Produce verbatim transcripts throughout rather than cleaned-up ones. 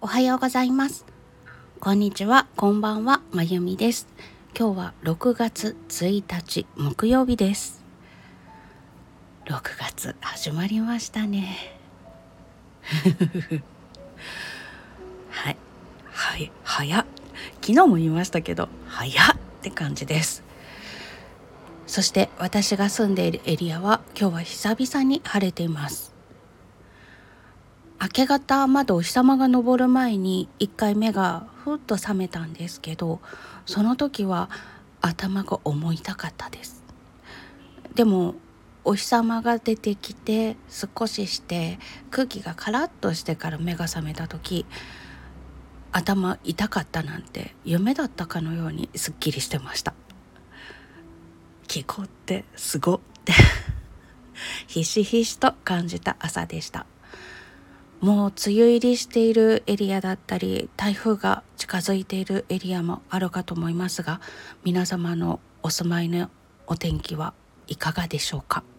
おはようございます。こんにちは、こんばんは、まゆみです。今日はろくがつついたち木曜日です。ろくがつ始まりましたね。はい、はい、早っ。昨日も言いましたけど、早っって感じです。そして私が住んでいるエリアは今日は久々に晴れています。明け方まだお日様が昇る前に一回目がふっと覚めたんですけど、その時は頭が重いたかったです。でもお日様が出てきて少しして空気がカラッとしてから目が覚めた時、頭痛かったなんて夢だったかのようにすっきりしてました。気候ってすごってひしひしと感じた朝でした。もう梅雨入りしているエリアだったり、台風が近づいているエリアもあるかと思いますが、皆様のお住まいのお天気はいかがでしょうか。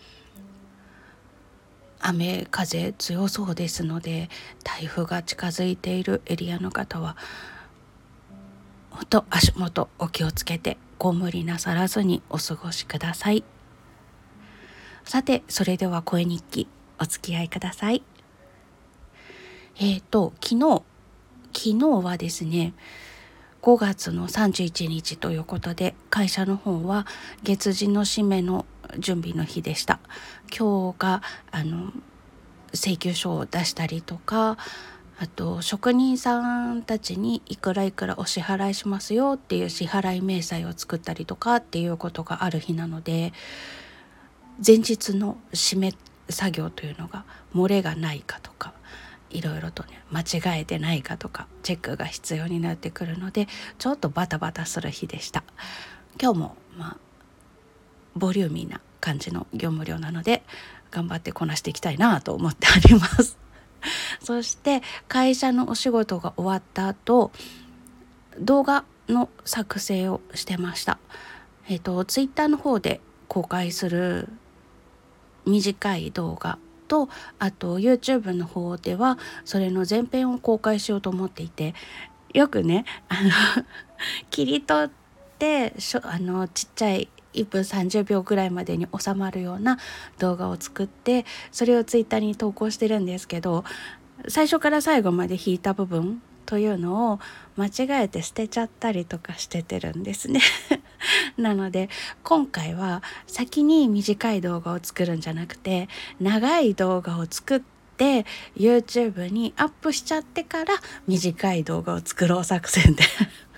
雨風強そうですので、台風が近づいているエリアの方はほんと足元お気をつけて、ご無理なさらずにお過ごしください。さて、それでは声日記お付き合いください。えーと昨日昨日はですね、ごがつのさんじゅういちにちということで、会社の方は月次の締めの準備の日でした。今日があの請求書を出したりとか、あと職人さんたちにいくらいくらお支払いしますよっていう支払い明細を作ったりとかっていうことがある日なので、前日の締め作業というのが漏れがないかとか、いろいろとね間違えてないかとかチェックが必要になってくるので、ちょっとバタバタする日でした。今日もまあボリューミーな感じの業務量なので、頑張ってこなしていきたいなと思っておりますそして会社のお仕事が終わった後、動画の作成をしてました。えっとツイッターの方で公開する短い動画と、あと YouTube の方ではそれの前編を公開しようと思っていて、よくねあの切り取ってしょあのちっちゃいいっぷんさんじゅうびょうぐらいまでに収まるような動画を作って、それをツイッターに投稿してるんですけど、最初から最後まで引いた部分というのを間違えて捨てちゃったりとかしててるんですねなので今回は先に短い動画を作るんじゃなくて、長い動画を作って YouTube にアップしちゃってから短い動画を作ろう作戦で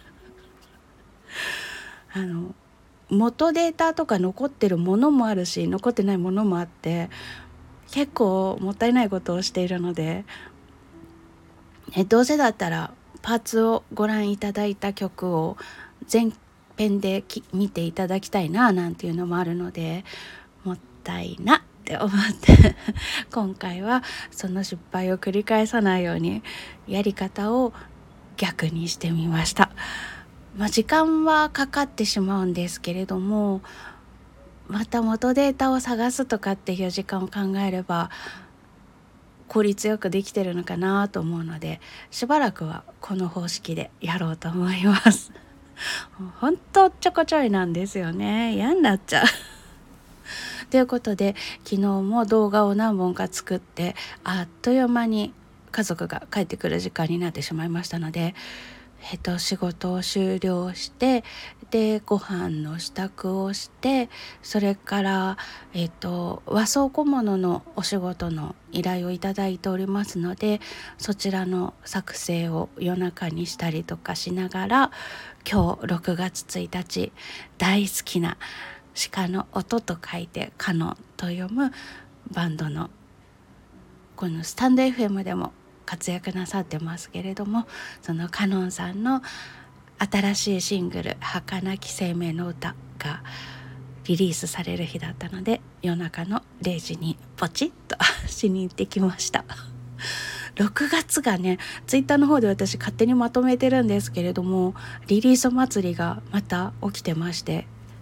あの元データとか残ってるものもあるし、残ってないものもあって、結構もったいないことをしているので、えどうせだったらパーツをご覧いただいた曲を全編で見ていただきたいななんていうのもあるので、もったいなって思って今回はその失敗を繰り返さないようにやり方を逆にしてみました。まあ、時間はかかってしまうんですけれども、また元データを探すとかっていう時間を考えれば効率よくできてるのかなと思うので、しばらくはこの方式でやろうと思いますほんとちょこちょいなんですよね。嫌になっちゃうということで、昨日も動画を何本か作って、あっという間に家族が帰ってくる時間になってしまいましたので、えっと、仕事を終了して、でご飯の支度をして、それから、えっと、和装小物のお仕事の依頼をいただいておりますので、そちらの作成を夜中にしたりとかしながら、今日ろくがつついたち、大好きな鹿の音と書いてカノンと読むバンドのこのスタンド エフエム でも活躍なさってますけれども、そのカノンさんの新しいシングル「儚き生命の歌」がリリースされる日だったので、夜中のれいじにポチッとしに行ってきましたろくがつがね、ツイッターの方で私勝手にまとめてるんですけれども、リリース祭りがまた起きてまして、今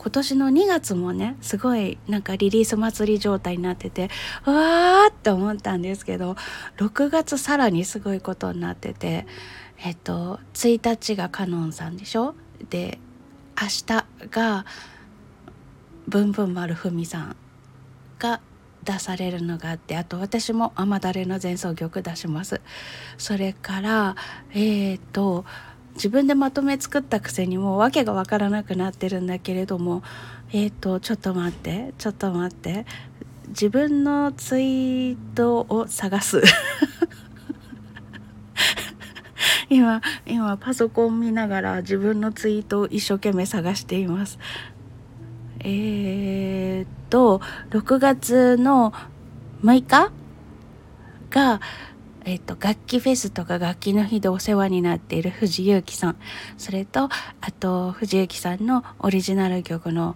今年のにがつもねすごいなんかリリース祭り状態になってて、うわーって思ったんですけど、ろくがつさらにすごいことになってて、えっとついたちがカノンさんでしょ。で明日がブンブン丸文さんが出されるのがあって、あと私も雨だれの前奏曲出します。それからえっ、と自分でまとめ作ったくせにもう訳が分からなくなってるんだけれども、えっ、とちょっと待ってちょっと待って自分のツイートを探す今今パソコン見ながら自分のツイートを一生懸命探しています。えー、っとろくがつのむいかが、えー、っと楽器フェスとか楽器の日でお世話になっている藤井幸さん、それとあと藤井幸さんのオリジナル曲の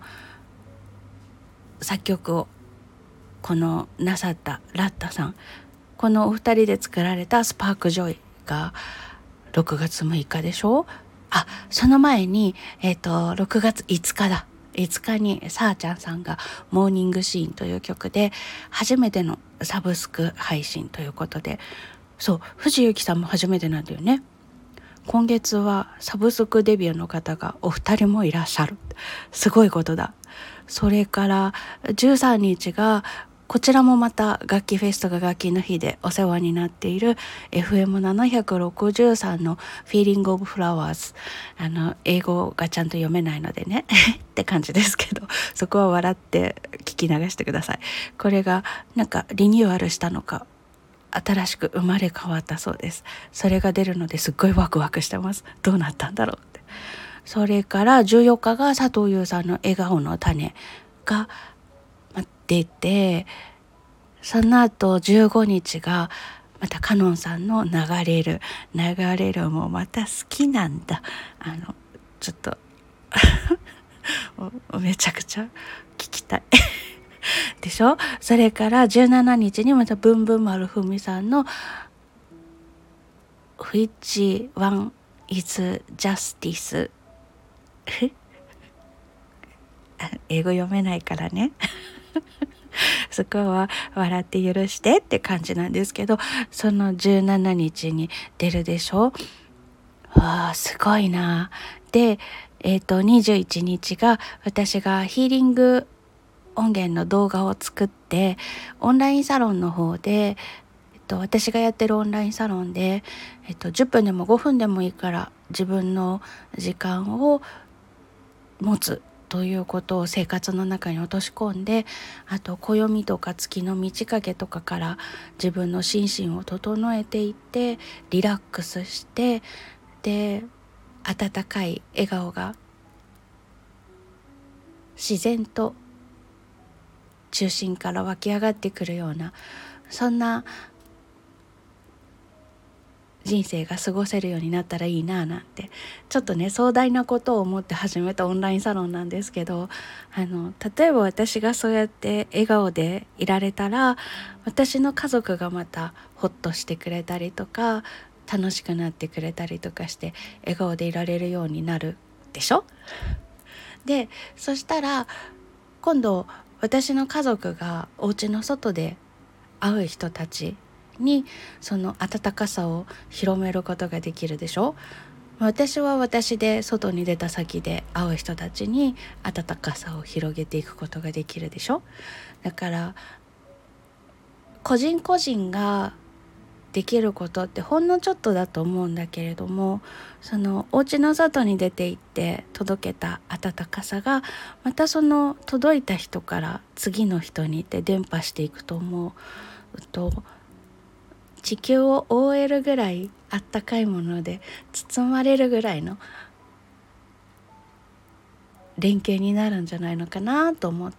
作曲をこのなさったラッタさん、このお二人で作られたスパークジョイがろくがつむいかでしょ。あ、その前にえっ、とろくがついつかだ。いつかにさあちゃんさんがモーニングシーンという曲で初めてのサブスク配信ということで、そう藤幸さんも初めてなんだよね。今月はサブスクデビューの方がお二人もいらっしゃる、すごいことだ。それからじゅうさんにちがこちらもまた楽器フェスとか楽器の日でお世話になっている エフエムななひゃくろくじゅうさん の Feeling of Flowers、 あの英語がちゃんと読めないのでねって感じですけど、そこは笑って聞き流してください。これがなんかリニューアルしたのか新しく生まれ変わったそうです。それが出るのですっごいワクワクしてます。どうなったんだろうって。それからじゅうよっかが佐藤優さんの笑顔の種が出て、その後じゅうごにちがまたカノンさんの流れる流れるもまた好きなんだ。あのちょっとめちゃくちゃ聞きたいでしょ。それからじゅうしちにちにまたブンブン丸文さんの Which one is justice 英語読めないからねそこは笑って許してって感じなんですけど、そのじゅうしちにちに出るでしょ。わあすごいな。でえっ、ー、とにじゅういちにちが私がヒーリング音源の動画を作ってオンラインサロンの方で、えっと、私がやってるオンラインサロンで、えっと、じゅっぷんでもごふんでもいいから自分の時間を持つということを生活の中に落とし込んで、あと暦とか月の満ち欠けとかから自分の心身を整えていってリラックスして、で温かい笑顔が自然と中心から湧き上がってくるような、そんな人生が過ごせるようになったらいいななんて、ちょっとね壮大なことを思って始めたオンラインサロンなんですけど、あの例えば私がそうやって笑顔でいられたら私の家族がまたホッとしてくれたりとか楽しくなってくれたりとかして笑顔でいられるようになるでしょ。でそしたら今度私の家族がお家の外で会う人たちにその温かさを広めることができるでしょ。私は私で外に出た先で会う人たちに温かさを広げていくことができるでしょ。だから個人個人ができることってほんのちょっとだと思うんだけれども、そのお家の外に出て行って届けた温かさがまたその届いた人から次の人にって伝播していくと思うと、地球を覆えるぐらいあったかいもので包まれるぐらいの連携になるんじゃないのかなと思って、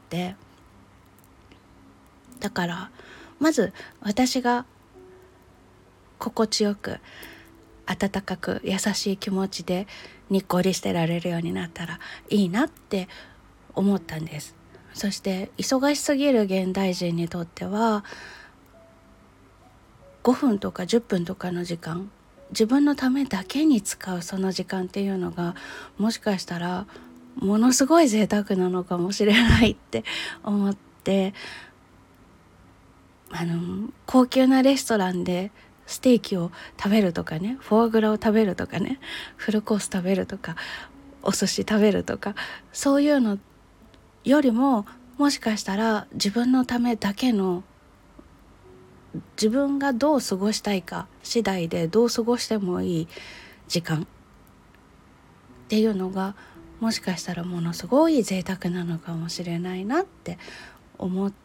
だからまず私が心地よく温かく優しい気持ちでにっこりしてられるようになったらいいなって思ったんです。そして忙しすぎる現代人にとってはごふんとかじゅっぷんとかの時間、自分のためだけに使うその時間っていうのがもしかしたらものすごい贅沢なのかもしれないって思って、あの高級なレストランでステーキを食べるとかね、フォアグラを食べるとかね、フルコース食べるとか、お寿司食べるとか、そういうのよりも、もしかしたら自分のためだけの、自分がどう過ごしたいか次第でどう過ごしてもいい時間っていうのが、もしかしたらものすごい贅沢なのかもしれないなって思って、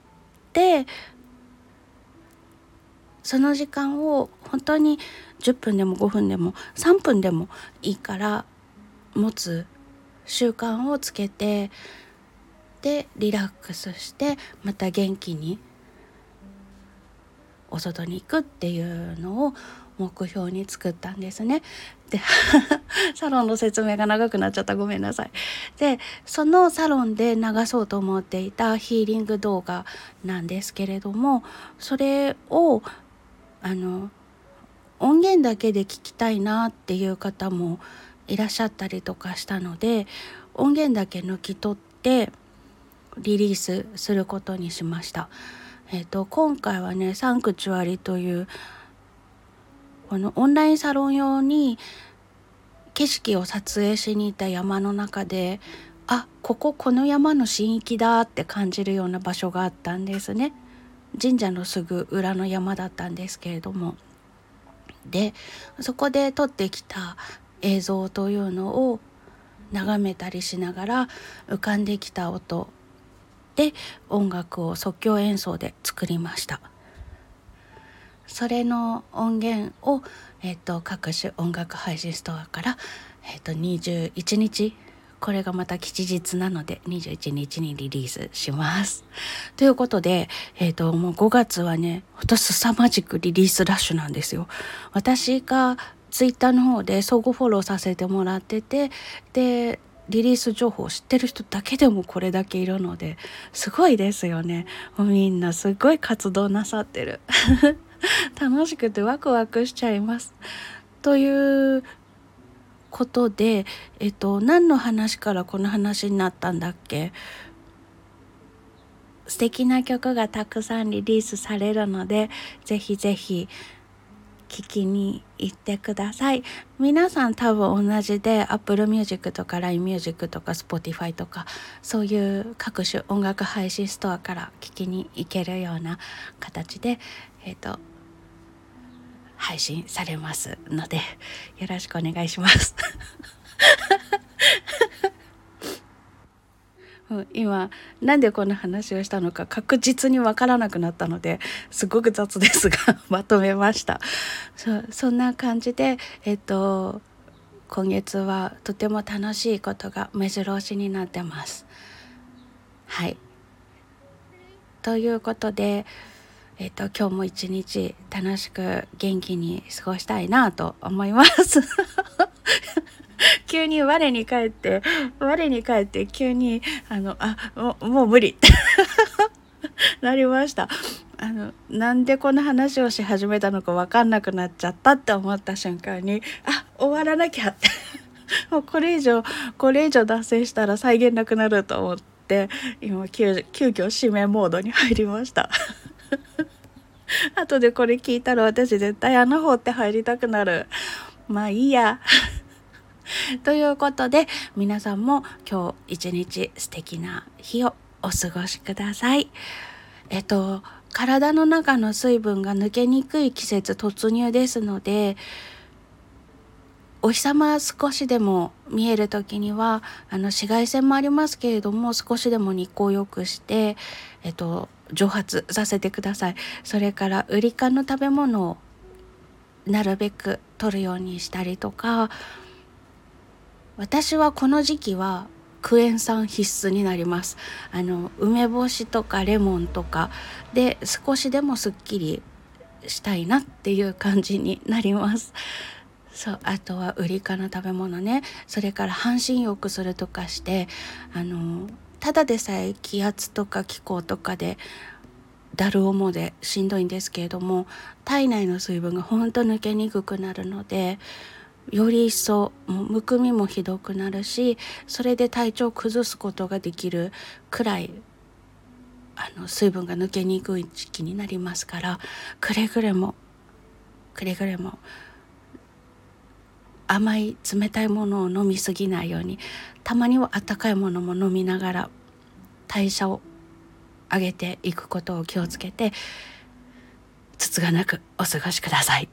その時間を本当にじゅっぷんでもごふんでもさんぷんでもいいから持つ習慣をつけて、でリラックスしてまた元気にお外に行くっていうのを目標に作ったんですね。でサロンの説明が長くなっちゃった、ごめんなさい。でそのサロンで流そうと思っていたヒーリング動画なんですけれども、それをあの音源だけで聞きたいなっていう方もいらっしゃったりとかしたので、音源だけ抜き取ってリリースすることにしました。えーと、今回はね、サンクチュアリというこのオンラインサロン用に景色を撮影しに行った山の中で、あ、こここの山の神域だって感じるような場所があったんですね。神社のすぐ裏の山だったんですけれども、でそこで撮ってきた映像というのを眺めたりしながら、浮かんできた音で音楽を即興演奏で作りました。それの音源を、えー、と各種音楽配信ストアから、えー、とにじゅういちにち、これがまた吉日なのでにじゅういちにちにリリースします。ということで、えー、ともうごがつはね、ほんと凄まじくリリースラッシュなんですよ。私がツイッターの方で相互フォローさせてもらってて、でリリース情報を知ってる人だけでもこれだけいるので、すごいですよね。もうみんなすごい活動なさってる楽しくてワクワクしちゃいます。ということで、えっと何の話からこの話になったんだっけ。素敵な曲がたくさんリリースされるので、ぜひぜひ聞きに行ってください。皆さん多分同じで Apple Music とか ライン Music とか Spotify とか、そういう各種音楽配信ストアから聞きに行けるような形で、えっと配信されますので、よろしくお願いします今なんでこんな話をしたのか確実にわからなくなったので、すごく雑ですがまとめました。 そ, そんな感じで、えっと今月はとても楽しいことが目白押しになってます。はい、ということで、えっと今日も一日楽しく元気に過ごしたいなと思います急に我に返って我に返って急にあのあもうもう無理ってなりました。あのなんでこの話をし始めたのか分かんなくなっちゃったって思った瞬間に、あ、終わらなきゃってもうこれ以上これ以上脱線したら再現なくなると思って、今急急遽締めモードに入りました後でこれ聞いたら私絶対穴掘って入りたくなる。まあいいやということで、皆さんも今日一日素敵な日をお過ごしください。えっと体の中の水分が抜けにくい季節突入ですので、お日様少しでも見える時には、あの紫外線もありますけれども、少しでも日光を良くして、えっと蒸発させてください。それからウリ科の食べ物をなるべく取るようにしたりとか、私はこの時期はクエン酸必須になります。あの梅干しとかレモンとかで少しでもすっきりしたいなっていう感じになります。そう、あとはウリ科の食べ物ね。それから半身浴するとかして、あのただでさえ気圧とか気候とかでだる重でしんどいんですけれども、体内の水分がほんと抜けにくくなるので、 より一層もうむくみもひどくなるし、それで体調を崩すことができるくらいあの水分が抜けにくい時期になりますから、くれぐれもくれぐれも甘い冷たいものを飲みすぎないように、たまには温かいものも飲みながら代謝を上げていくことを気をつけて、つつがなくお過ごしください。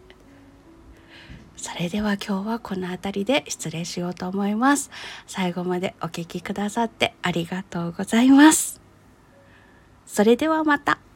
それでは今日はこの辺りで失礼しようと思います。最後までお聞きくださってありがとうございます。それではまた。